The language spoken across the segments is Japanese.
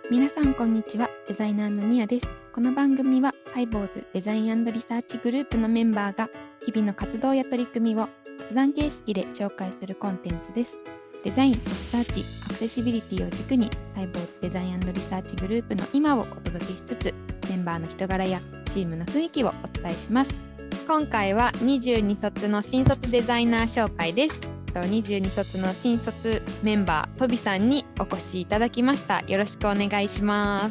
皆さんこんにちは。デザイナーのニアです。この番組はサイボーズデザイン&リサーチグループのメンバーが日々の活動や取り組みを雑談形式で紹介するコンテンツです。デザイン、リサーチ、アクセシビリティを軸にサイボーズデザイン&リサーチグループの今をお届けしつつ、メンバーの人柄やチームの雰囲気をお伝えします。今回は22卒の新卒デザイナー紹介です。22卒の新卒メンバートビさんにお越しいただきました。よろしくお願いします。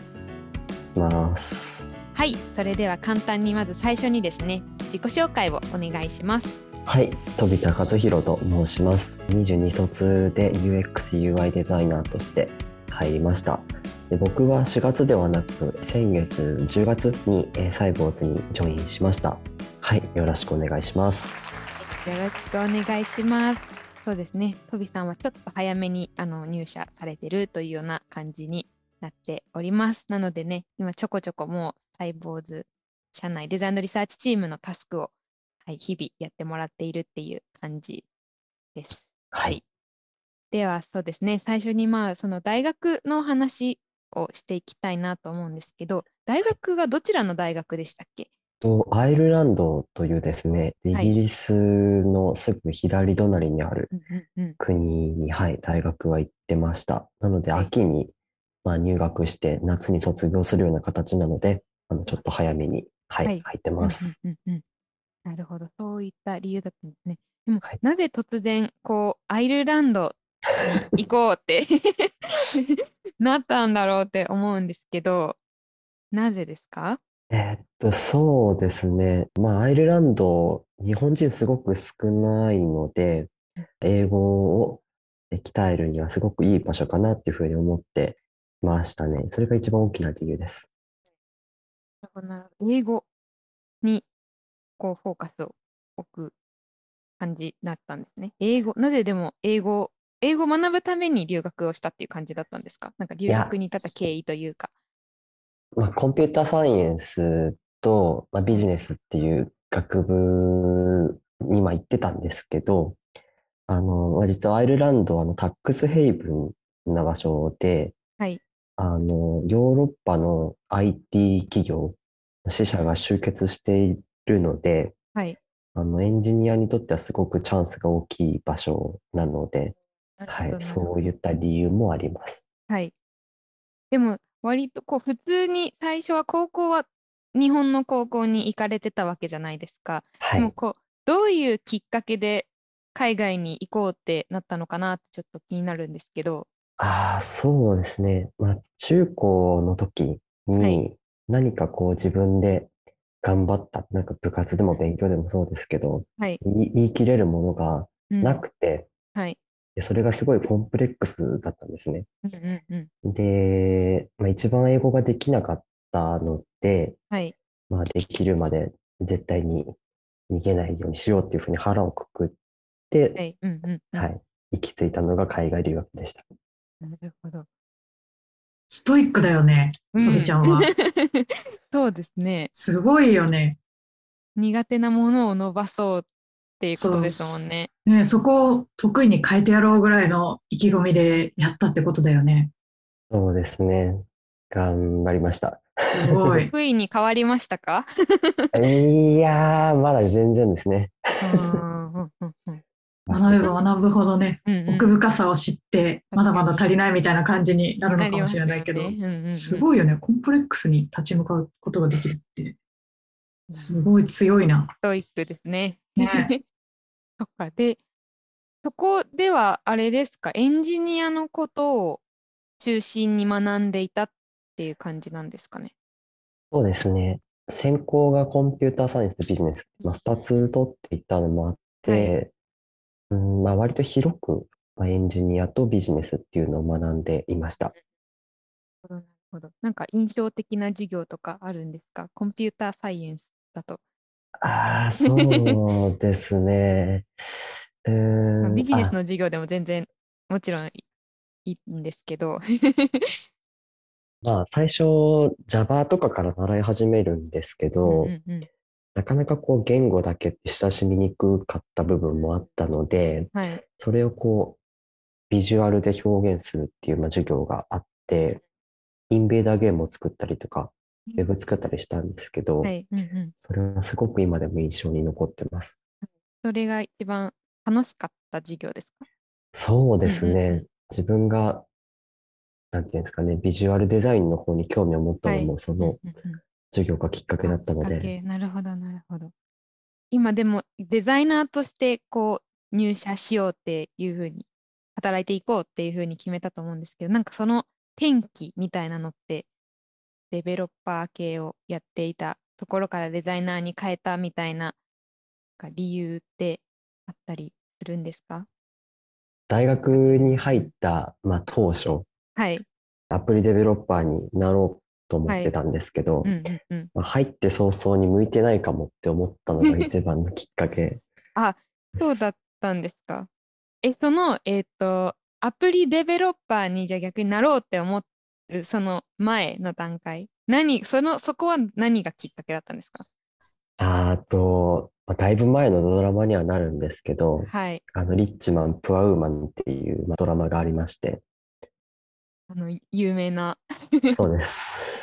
はい、それでは簡単にまず最初にですね、自己紹介をお願いします。 はい、飛田和弘と申します。22卒で UX/UI デザイナーとして入りました。で、僕は4月ではなく先月10月にサイボーズにジョインしました。はい、よろしくお願いします。 よろしくお願いします。そうですね、トビさんはちょっと早めに入社されてるというような感じになっております。なのでね、今ちょこちょこもうサイボーズ社内デザインリサーチチームのタスクを、はい、日々やってもらっているっていう感じです。 はい。 ではそうですね、最初にその大学の話をしていきたいなと思うんですけど、大学がどちらの大学でしたっけ？ アイルランドというですね、イギリスのすぐ左隣にある国に、はい、大学は行ってました。なので、秋に、入学して夏に卒業するような形なので、ちょっと早めに、はい、入ってます。 なるほど、そういった理由だったんですね。でも、 はい、 なぜ突然、アイルランドに行こうってなったんだろうって思うんですけど、なぜですか？ そうですね。アイルランド、日本人すごく少ないので、英語を鍛えるにはすごくいい場所かなっていうふうに思ってましたね。それが一番大きな理由です。 なるほど、英語にフォーカスを置く感じだったんですね。なぜでも英語を学ぶために留学をしたっていう感じだったんですか？なんか留いや、 学に至った経緯というか。 コンピューターサイエンスと、ビジネスっていう学部に行ってたんですけど、実はアイルランドはタックスヘイブンな場所で、 はい。 ヨーロッパの IT 企業、支社が集結しているので、 はい。 エンジニアにとってはすごくチャンスが大きい場所なので、はい、 なるほど、なるほど。 そういった理由もあります。 はい。でも、割と普通に最初は高校は日本の高校に行かれてたわけじゃないですか。でもはい。 どういうきっかけで海外に行こうってなったのかなってちょっと気になるんですけど。 そうですね。中高の時はい。 に何か自分で頑張った、なんか部活でも勉強でもそうですけど、 はい。 言い切れるものがなうん。 くて、 はい。 でそれがすごいコンプレックスだったんですね。 うんうんうん。 で、一番英語ができなかったので、 はい。 できるまで絶対に逃げないようにしようっていうふうに腹をくくって、 はい。うんうんうん。 はい、行き着いたのが海外留学でした。 なるほど。 ストイックだよね、とびちうん。 ゃんは。 そうですね。 すごいよね。 苦手なものを伸ばそうっていうことそうですもんね。 ね、そこを得意に変えてやろうぐらいの意気込みでやったってことだよね。 そうですね。頑張りました。 すごい。 得意に変わりましたか？ いやー、まだ全然ですね。 うんうんうんうん。 ましてて。 学べば学ぶほどね、 うんうん。 奥深さを知って、まだまだ確かに。 足りないみたいな感じになるのなりまかもしれすよね。 ないけど、 うんうんすごいよね。コンプレックスに立ち向かうことができるって、 うん。 すごい強いな。 ストイックですね。 ね。 そっか。で、そこではあれですか、エンジニアのことを中心に学んでいたっていう感じなんですかね。 そうですね。専攻がコンピューターサイエンスとビジネス。二つ取っていたのもあっはい。 て、割と広く、エンジニアとビジネスっていうのを学んでいました。 なるほど。なんか印象的な授業とかあるんですか？コンピューターサイエンスだと。 そうですね。うまあ、 ーん、 ビジネスの授業でも全然もちろんいいんですけど。 最初 Java とかから習い始めるんですけうんど、 うんうん。 なかなか言語だけって親しみにくかった部分もあったので、 はい。 それをビジュアルで表現するっていう、授業があって、 インベーダーゲームを作ったりとか、ウェブ作ったりしたんですけど、 はい。 それはすごく今でも印象に残ってます。 それが一番楽しかった授業ですか？ そうでうんうんうすね。 ん。 自分が、なんていうんですかね、ビジュアルデザインの方に興味を持ったはい。 のも、そうんのうんうん。 授業がきっかけだあ、きっったので、 かけ。なるほど、なるほど。今でもデザイナーとしてこう入社しようっていうふうに、働いていこうっていうふうに決めたと思うんですけど、なんかその転機みたいなのって、デベロッパー系をやっていたところからデザイナーに変えたみたいな理由ってあったりするんですか？ 大学きっかけ。 に入うん。 った、当初、 はい。 アプリデベロッパーになろうと思っはい。 てたんですけど、 うんうんうん。 入って早々に向いてないかもって思ったのが一番のきっかけあ、 です。 そうだったんですか。その、アプリデベロッパーにじゃあ逆になろうって思う、その前の段階。そこは何がきっかけだったんですか？ だいぶ前のドラマにはなるんですけど、 はい。 リッチマン、プアウーマンっていう、ドラマがありまして、 有名な。 そうです。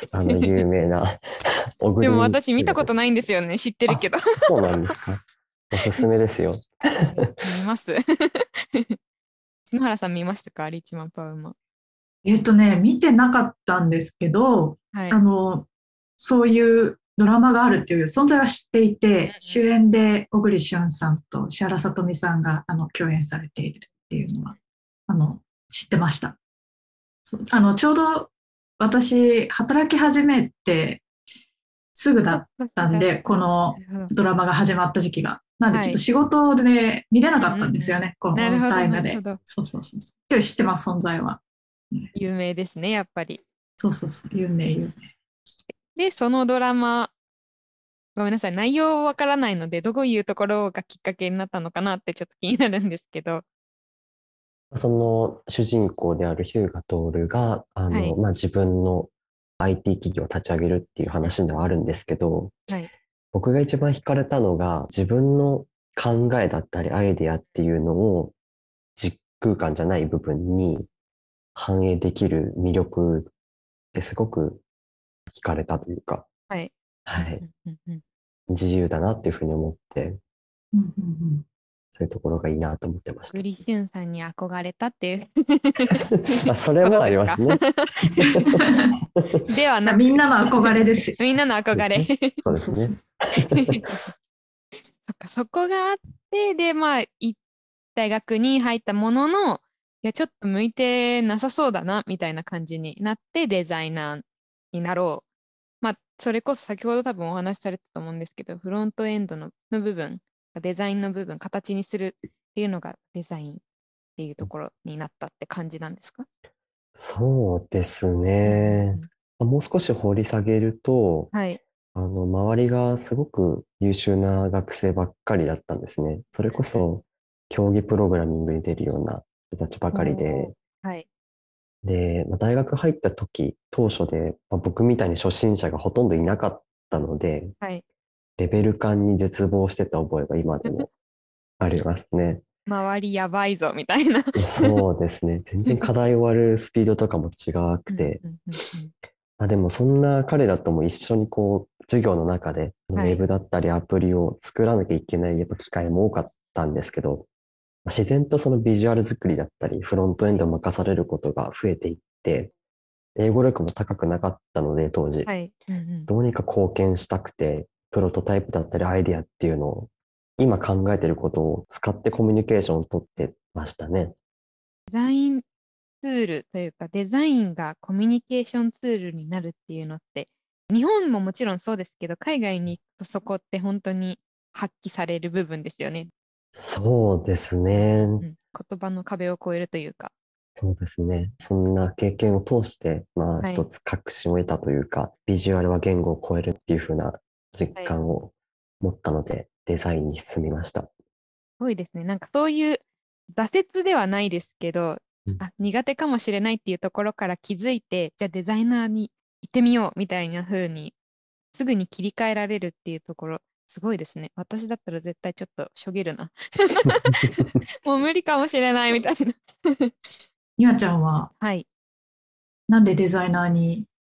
有名な小でも栗私見たこと旬が出て、 ないんですよね。知ってるあ、 けど。 そうなんですか。おすすめですよ。 見ます。篠原さん見ましたか？リッチマンパウマン。 見てなかったんですけど、 はい。 あの、そういうドラマがあるっていう存在は知っていて、主うん演で小栗旬さんと石原さとみさんが共演されているっていうのは、あの、知ってました。そうちょうど私、働き始めてすぐだっうん。年たんで、 だった。なこのるほど。 ドラマが始まった時期が。なんでちょっとはい。 仕事で見れなうんかったんうんうん。 ですよね、このオンなるほど、 タイムで。 なるほど。 そうそうそうそう。けど知ってます、存在は。 有名ですね、やっぱり。 そうそうそう、有名有名。 で、そのドラマ、ごめんなさい、内容わからないので、どういうところがきっかけになったのかなってちょっと気になるんですけど。 その主人公である日向徹が、 はい。 自分の IT 企業を立ち上げるっていううん話ではあるんですけど、 はい。 僕が一番惹かれたのが、自分の考えだったりアイデアっていうのを実空間じゃない部分に反映できる魅力ってすごく惹かれたというか、 はい。うんはい、 うんうんうん。 自由だなっていうふうに思って、 うんうんうん。 そういうところがいいなと思ってました。 グリシュンさんに憧れたっていうそれもあことですか？ りますね。 ではなく、 みんなの憧れですよ。 みんなの憧れ。 そうそうですね。 そうそう。 そっか、そこがあって、で、大学に入ったものの、いや、ちょっと向いてなさそうだな、みたいな感じになって、デザイナーになろう。それこそ先ほど多分お話しされてたと思うんですけど、フロントエンドの部分、デザインの部分、形にするっていうのがデザインっていうところになったって感じなんですか？ そうですうんうんね。 うん。 もう少し掘り下げると、 はい。 周りがすごく優秀な学生ばっかりだったんですね。それこそ、競技プログラミングに出るような人たちばかりで、 おー。はい。 で、大学入った時、当初で、僕みたいに初心者がほとんどいなかったので、 はい。 レベル感に絶望してた覚えが今でもありますね。 周りやばいぞ、みたいな。 そうですね。全然課題終わるスピードとかも違くうんて、 うんうんうん。 でもそんな彼らとも一緒に授業の中で、ウはい。 ェブだったりアプリを作らなきゃいけないやっぱ機会も多かったんですけど、自然とそのビジュアル作りだったり、フロントエンドを任されることが増えていって、英語力も高くなかったので、当時。 はい。うんうん。 どうにか貢献したくて、プロトタイプだったりアイデアっていうのを、今考えてることを使ってコミュニケーションを取ってましたね。 デザインツールというか、デザインがコミュニケーションツールになるっていうのって、日本ももちろんそうですけど、海外に行くとそこって本当に発揮される部分ですよね。 そうですうんね。 うん。言葉の壁を越えるというか。 そうですね。そんな経験を通して、 はい。 一つ確信を得たというか、ビジュアルは言語を超えるっていう風な実はい。す感を持ったので、デザインに進みました。 ごいですね。なんかそういう挫折ではないですけど、 うん。 苦手かもしれないっていうところから気づいて、じゃあデザイナーに行ってみようみたいな風にすぐに切り替えられるっていうところ、すごいですね。私だったら絶対ちょっとしょげるな。もう無理かもしれないみたいな。 ゆあちゃんははい。 なんでデザイナーに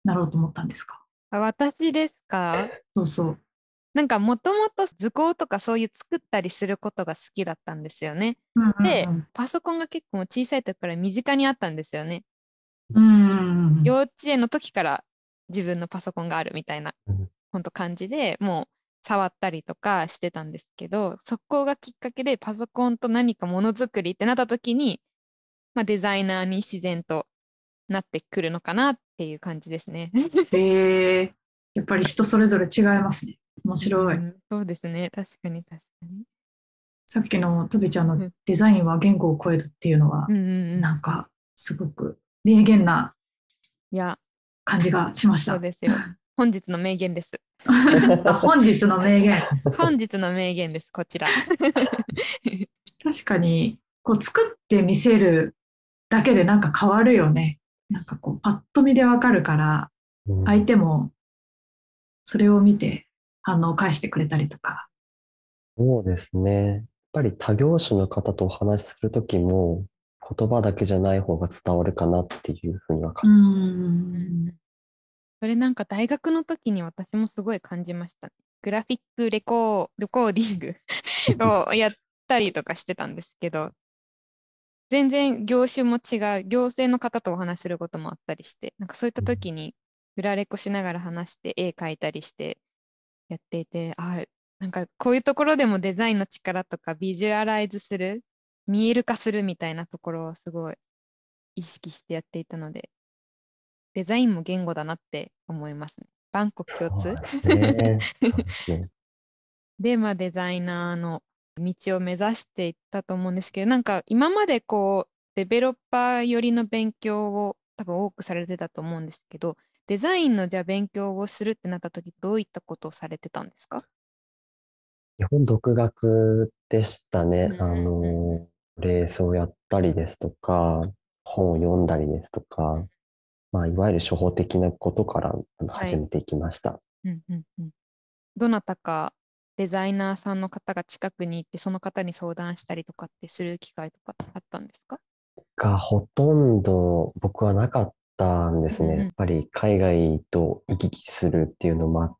なろうと思ったんですか？ 私ですか？ そうそう。 なんかもともと図工とかそういう作ったりすることが好きだったんですよね。 うんで、 うんパソコンが結構小さい時から身近にあったんですよね。 うん。うんうんうん。 幼稚園の時から自分のパソコンがあるみたいな、 うん。 ほんと感じでもう触ったりとかしてたんですけど、そこがきっかけでパソコンと何かものづくりってなった時に、まあ、デザイナーに自然となってくるのかなっていう感じですね。 やっぱり人それぞれ違いますね。面う白い。 ん、そうですね。確かに確かに。 さっきのとびちゃんのうんデザインは言語を超えるっていうのは、 うんうん。 なんかすごく名言ないや、 感じがしました。 そうですよ。本日の名言です。 あ、本日の名言。 本日の名言です、こちら。 確かに、こう作ってみせるだけでなんか変わるよね。なんかこう、パッと見でわかるから、相うん、 手もそれを見て反応を返してくれたりとか。 そうですね。やっぱり他業種の方とお話しするときも、言葉だけじゃない方が伝わるかなっていうふうにはうー感じます。 ん。 それなんか大学の時に私もすごい感じましたね。グラフィックレコーディングをやったりとかしてたんですけど、全然業種も違う、行政の方とお話しすることもあったりして、なんかそういったうん。 時に、フラレコしながら話して、絵描いたりしてやっていて、なんかこういうところでもデザインの力とかビジュアライズする、見える化するみたいなところをすごい意識してやっていたので、デザインも言語だなって思いますね。万国共通そうですね。そうですね。 で、まあ、デザイナーの道を目指していったと思うんですけど、なんか今までこう、デベロッパー寄りの勉強を多分多くされてたと思うんですけど、デザインのじゃあ勉強をするってなった時、どういったことをされてたんですか？ 基本独学でしたね。 うんうんうんうん。 レースをやったりですとか、本を読んだりですとか、まあ、いわゆる初歩的なことからはい。 始めていきました。 うんうんうん。どなたかデザイナーさんの方が近くに行って、その方に相談したりとかってする機会とかあったんですか？ がほとんど僕はなかったんですね。やっうんうんぱり海外と行き来するっていうのもあって、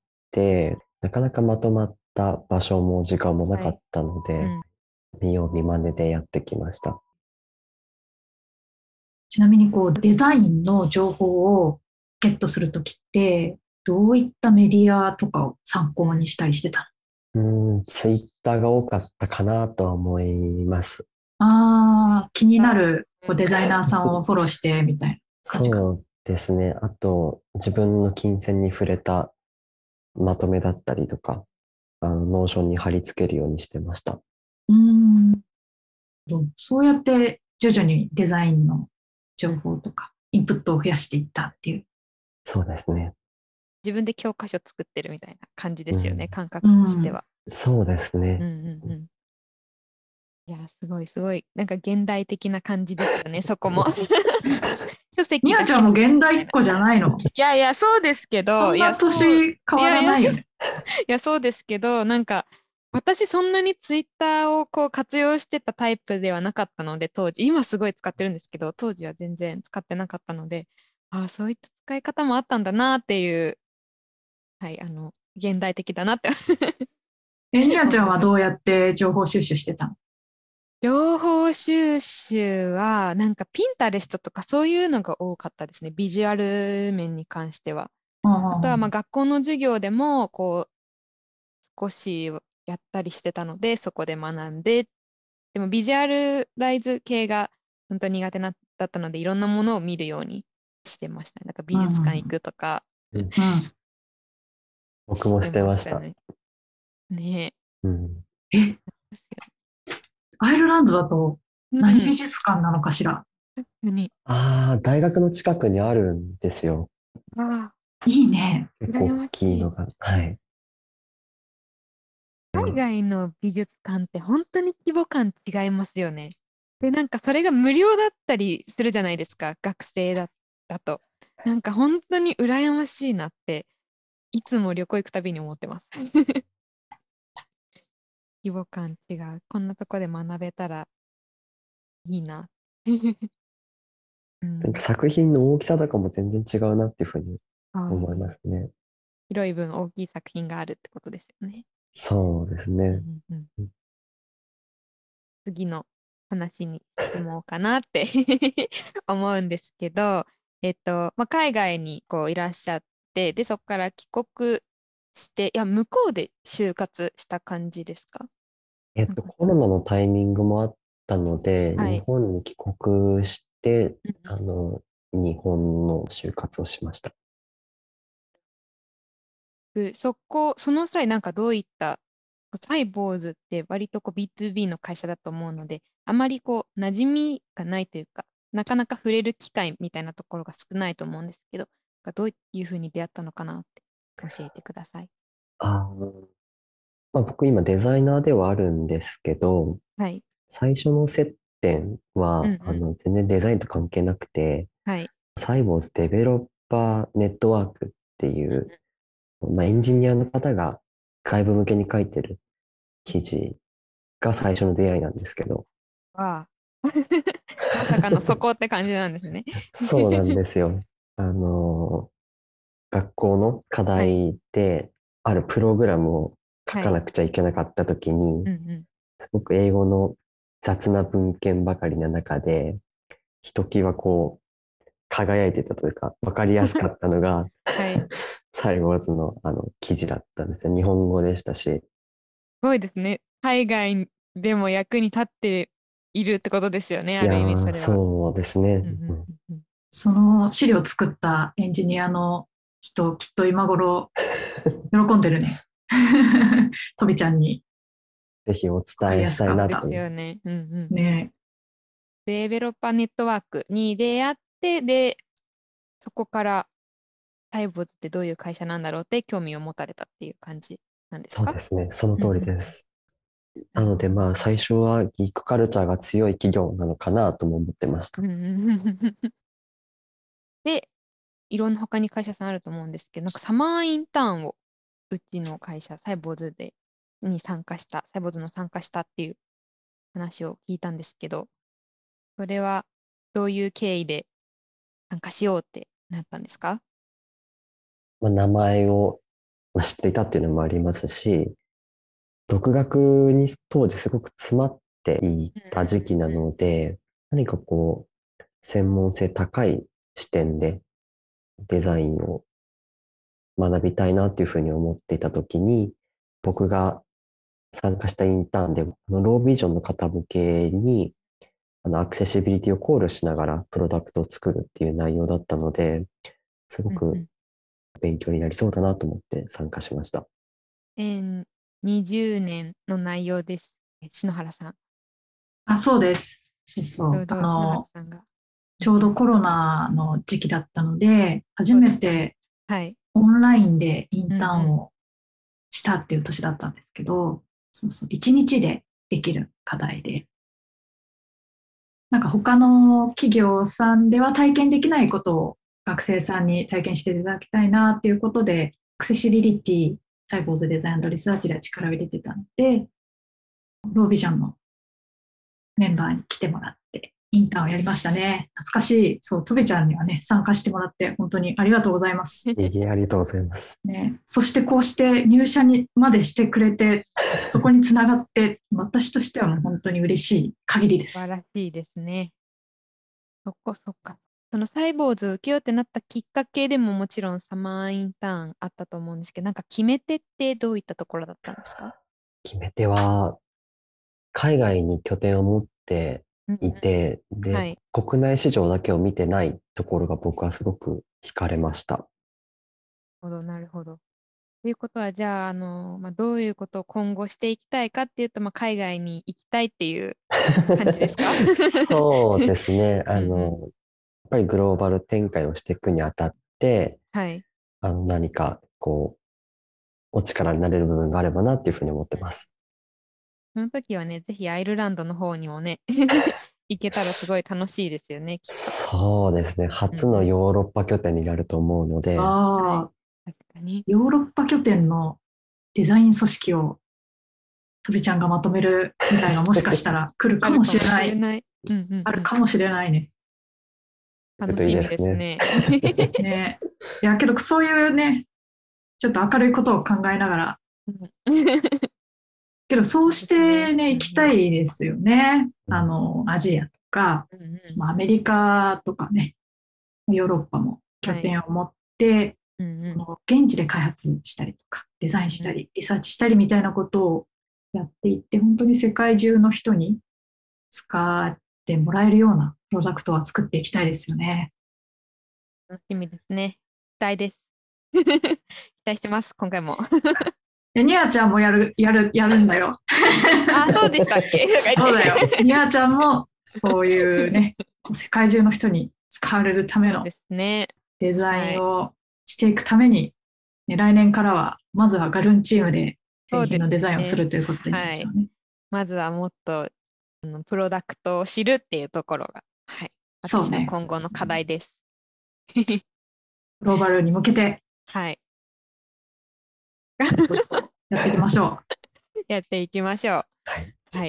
なかなかまとまった場所も時間もなはい。 かったので、 うん。 見よう見まねでやってきました。 ちなみにこう、デザインの情報をゲットするときって、どういったメディアとかを参考にしたりしてたツイッターが多かったかなとは思います。 の？ああ、気になるうん。 こうデザイナーさんをフォローしてみたいな感じか。 そうですね。あと、自分の金銭に触れたまとめだったりとか、ノーションに貼り付けるようにしてました。 うーん。そうやって徐々にデザインの情報とかインプットを増やしていったっていう。 そうですね。 自分で教科書作ってるみたいな感じですよね、 うん。 感う覚としてん。 は。 そうですね。 うんうんうん。いや、すごいすごい。なんか現代的な感じですよね、そこも。書籍だけみみやちゃんも現代たいな。 っ子じゃないの？ いやいや、そうですけど、いや、 そんなそう、 年変わいやいや、いらないよね。 や、そうですけど、なんか、私そんなにツイッターをこう活用してたタイプではなかったので、当時、今すごい使ってるんですけど、当時は全然使ってなかったので、そういった使い方もあったんだなっていう、はい、現代的だなってみやちゃんはどう思いました。 やって情報収集してたの？ 情報収集は、なんかピンタレストとかそういうのが多かったですね。ビジュアル面に関しては。あとはまあ学校の授業でも、こう、少しやったりしてたので、そこで学んで、でもビジュアルライズ系が本当に苦手だったので、いろんなものを見るようにしてましたね。なんか美うん術館行うんくとかうん。 うん。 僕もししててました。 ましたね。ねうん。 え、 え。確かアイルランドだとに。 何美うん。 術館なのかしら？ 確かに。 ああ、大学の近くにあるんですよ。 あいいね。 羨結構大ましい。 きいのが。はい。 海外の美術館って本当に規模感違いますよね。で、なんかそれが無料だったりするじゃないですか、学生だと。なんか本当に羨ましいなって、いつも旅行行くたびに思ってます。規模感違う。こんなとこで学べたらいいな。うなんかん。 作品の大きさとかも全然違うなっていうふうに思いますね。 広い分大きい作品があるってことですよね。 そうですね。 次の話に進もうかなって思うんですけど、海外にこういらっしゃって、で、そこから帰国して、いや、向こうで就活した感じですか？なんか、 コロナのタイミングもあったので、日はい。 本に帰国して、 うん日本の就活をしました。 でその際、なんかどういった、サイボーズって割とこう B2B の会社だと思うので、あまりこう、馴染みがないというか、なかなか触れる機会みたいなところが少ないと思うんですけど、どういうふうに出会ったのかなって教えてください。 あー僕今デザイナーではあるんですけど、 はい。 最初の接点は、 うんうん。 全然デザインと関係なくて、 はい。 サイボーズデベロッパーネットワークっていうんう、エンジニアの方が外部向けに書いてる記事が最初の出会いなんですけど、 わあ。まさかのそこって感じなんですね。 そうなんですよ。あの、学校の課はい。 題で、あるプログラムを書はい。 かなくちゃいけなかった時に、 うんうん。 すごく英語の雑な文献ばかりな中で、ひときわこう、輝いてたというか、わかりやすかったのが、 はい。すサイボーズの記事だったんですよ。日本語でしたし。 ごいですね。海外でも役に立っているってことですよね。 いやある意味、 ー、 それは。 そうですね。 うんううんんうんうん。 その資料を作ったエンジニアの人、きっと今頃喜んでるね。とびちゃんにぜひお分かりや伝えしたいすかった。 そうですなと。 よね。うんうんうん。 ね。 デベロッパーネットワークに出会って、で、そこからサイボーズってどういう会社なんだろうって興味を持たれたっていう感じなんですか？ そうですね。その通りうんうん。 です。 なるほど。 なので最初はギークカルチャーが強い企業なのかなとも思ってました。 うんうんうんで、いろんな他に会社さんあると思うんですけど、なんかサマーインターンをうちの会社、サイボーズに参加した、サイボーズの参加したっていう話を聞いたんですけど、それはどういう経緯で参加しようってなったんですか？ 名前を知っていたっていうのもありますし、独学に当時すごく詰まっていた時期なうんので、何かこう、専門性高い視点でデザインを学びたいなっていうふうに思っていたときに、僕が参加したインターンで、ロービジョンの方向けに、アクセシビリティを考慮しながらプロダクトを作るっていう内容だったので、すごくうんうん。 勉強になりそうだなと思って参加しました。 2020年の内容です。篠原さん。 あ、そうです。そうそう。 ちょうど篠原さんが。うんうん。 ちょうどコロナの時期だったので、初そうですね。 めてはい。 オンラインでインうんうん。 ターンをしたっていう年だったんですけど、そうそう、1日でできる課題で、なんか他の企業さんでは体験できないことを学生さんに体験していただきたいなっていうことで、アクセシビリティ、サイボーズデザインリサーチで力を入れてたので、ロービジョンのメンバーに来てもらって、インターンをやりましたね。懐かしい。そう、とべちゃんにはね、参加してもらって、本当にありがとうございます。 いえいえ、ありがとうございます。 ね、そしてこうして入社にまでしてくれて、そこにつながって、私としてはもう本当に嬉しい限りで素晴す。 らしいですね。そっかそっか。そのサイボーズを受けようってなったきっかけでももちろんサマーインターンあったと思うんですけど、なんか決め手ってどういったところだったんですか？ 決め手は、海外に拠点を持ってうんうん。 いて、で、 はい。 国内市場だけを見てないところが僕はすごく惹かれました。 なるほど、なるほど。ということは、じゃあ、どういうことを今後していきたいかっていうと、海外に行きたいっていう感じですか？ そうですね。 うんうん。 やっぱりグローバル展開をしていくにあたって、 はい。 何かこう、お力になれる部分があればなっていうふうに思ってうん。 ます。 その時はね、ぜひアイルランドの方にもね、行けたらすごい楽しいですよね、きっと。 そうですね。初のうんうん。 ヨーロッパ拠点になると思うので、 はい。 ああ、 確かに。 ヨーロッパ拠点のデザイン組織をとべちゃんがまとめる未来がもしかしたら来るかもあるかもしれない。 しれない。うんうんあうん。 るかもしれないね。 来るといい楽しみですね。 ですね。 ね。 やけどそういうね、ちょっと明るいことを考えながら、けどそうしてね、行きたいですよね。アジアとか、アメリカとかね、ヨーロッパも拠点を持って、その現地で開発したりとか、デザインしたり、リサーチしたりみたいなことをやっていって、本当に世界中の人に使ってもらえるようなプロダクトは作っていきたいですよね。 楽しみですね。期待です。期待してます、今回も。 ニアちゃんもやるんだよ。 あ、そうでしたっけ？ そうだよ。ニアちゃんもそういうね、世界中の人に使われるためのデザインをしていくために、ね、来年からはまずはガルンチームで製品のデザインをするということでなっちゃうね。 まずはもっとプロダクトを知るっていうところが、私の今後の課題です。 グローバルに向けて、 はい。 やっていきましょう。やっていきましょう。はい。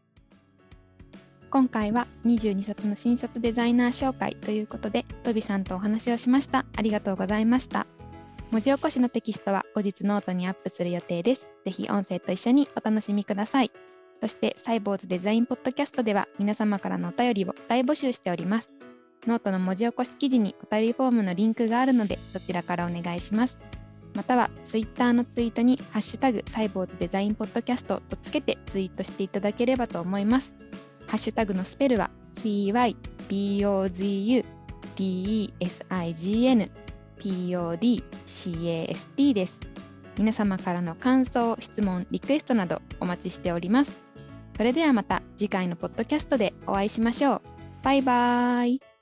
今回は22卒の新卒デザイナー紹介ということで、トビさんとお話をしました。ありがとうございました。文字起こしのテキストは後日ノートにアップする予定です。ぜひ音声と一緒にお楽しみください。そしてサイボーズデザインポッドキャストでは皆様からのお便りを大募集しております。ノートの文字起こし記事にお便りフォームのリンクがあるので、そちらからお願いします。またはツイッターのツイートにハッシュタグサイボーズデザインポッドキャストとつけてツイートしていただければと思います。ハッシュタグのスペルは CYBOZUDESIGNPODCAST です。皆様からの感想、質問、リクエストなどお待ちしております。それではまた次回のポッドキャストでお会いしましょう。バイバーイ。